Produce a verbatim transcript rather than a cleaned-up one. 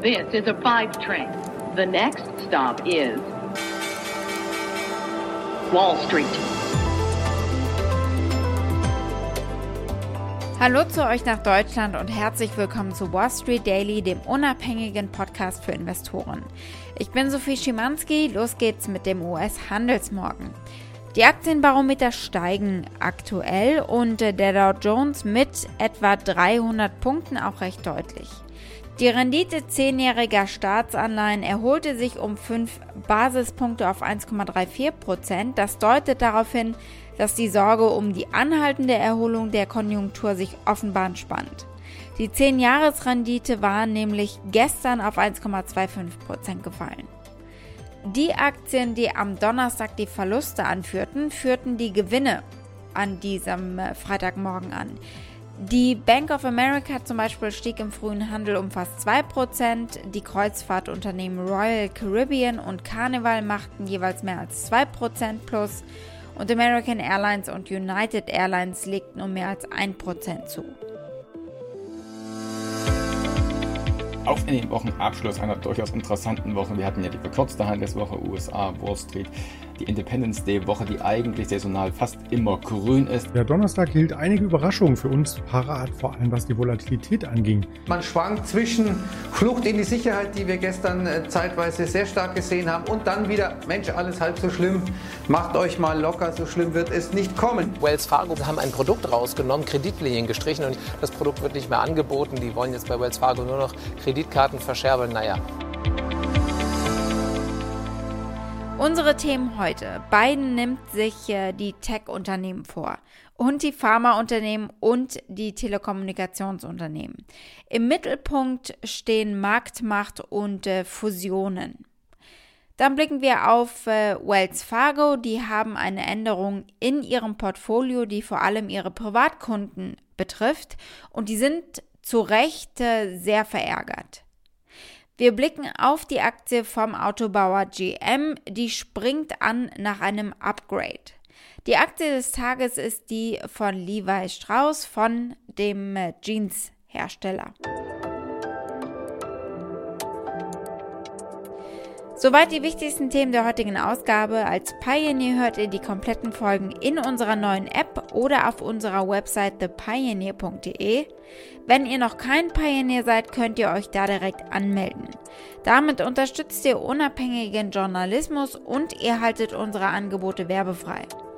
This is a five train. The next stop is Wall Street. Hallo zu euch nach Deutschland und herzlich willkommen zu Wall Street Daily, dem unabhängigen Podcast für Investoren. Ich bin Sophie Schimanski, los geht's mit dem U S-Handelsmorgen. Die Aktienbarometer steigen aktuell und der Dow Jones mit etwa dreihundert Punkten auch recht deutlich. Die Rendite zehnjähriger Staatsanleihen erholte sich um fünf Basispunkte auf eins Komma vierunddreißig Prozent. Das deutet darauf hin, dass die Sorge um die anhaltende Erholung der Konjunktur sich offenbar entspannt. Die zehn-Jahres-Rendite war nämlich gestern auf eins Komma fünfundzwanzig Prozent gefallen. Die Aktien, die am Donnerstag die Verluste anführten, führten die Gewinne an diesem Freitagmorgen an. Die Bank of America zum Beispiel stieg im frühen Handel um fast zwei Prozent, die Kreuzfahrtunternehmen Royal Caribbean und Carnival machten jeweils mehr als zwei Prozent plus und American Airlines und United Airlines legten um mehr als ein Prozent zu. Auf in den Wochenabschluss einer durchaus interessanten Woche. Wir hatten ja die verkürzte Handelswoche U S A, Wall Street, die Independence Day Woche, die eigentlich saisonal fast immer grün ist. Der Donnerstag hielt einige Überraschungen für uns parat, vor allem was die Volatilität anging. Man schwankt zwischen Flucht in die Sicherheit, die wir gestern äh, zeitweise sehr stark gesehen haben, und dann wieder, Mensch, alles halb so schlimm, macht euch mal locker, so schlimm wird es nicht kommen. Wells Fargo haben ein Produkt rausgenommen, Kreditlinien gestrichen, und das Produkt wird nicht mehr angeboten. Die wollen jetzt bei Wells Fargo nur noch Kreditkarten verscherbeln, naja. Unsere Themen heute. Biden nimmt sich äh, die Tech-Unternehmen vor und die Pharmaunternehmen und die Telekommunikationsunternehmen. Im Mittelpunkt stehen Marktmacht und äh, Fusionen. Dann blicken wir auf äh, Wells Fargo. Die haben eine Änderung in ihrem Portfolio, die vor allem ihre Privatkunden betrifft, und die sind zu Recht äh, sehr verärgert. Wir blicken auf die Aktie vom Autobauer G M, die springt an nach einem Upgrade. Die Aktie des Tages ist die von Levi Strauss, von dem Jeans-Hersteller. Soweit die wichtigsten Themen der heutigen Ausgabe. Als Pioneer hört ihr die kompletten Folgen in unserer neuen App oder auf unserer Website the pioneer punkt de. Wenn ihr noch kein Pioneer seid, könnt ihr euch da direkt anmelden. Damit unterstützt ihr unabhängigen Journalismus und ihr haltet unsere Angebote werbefrei.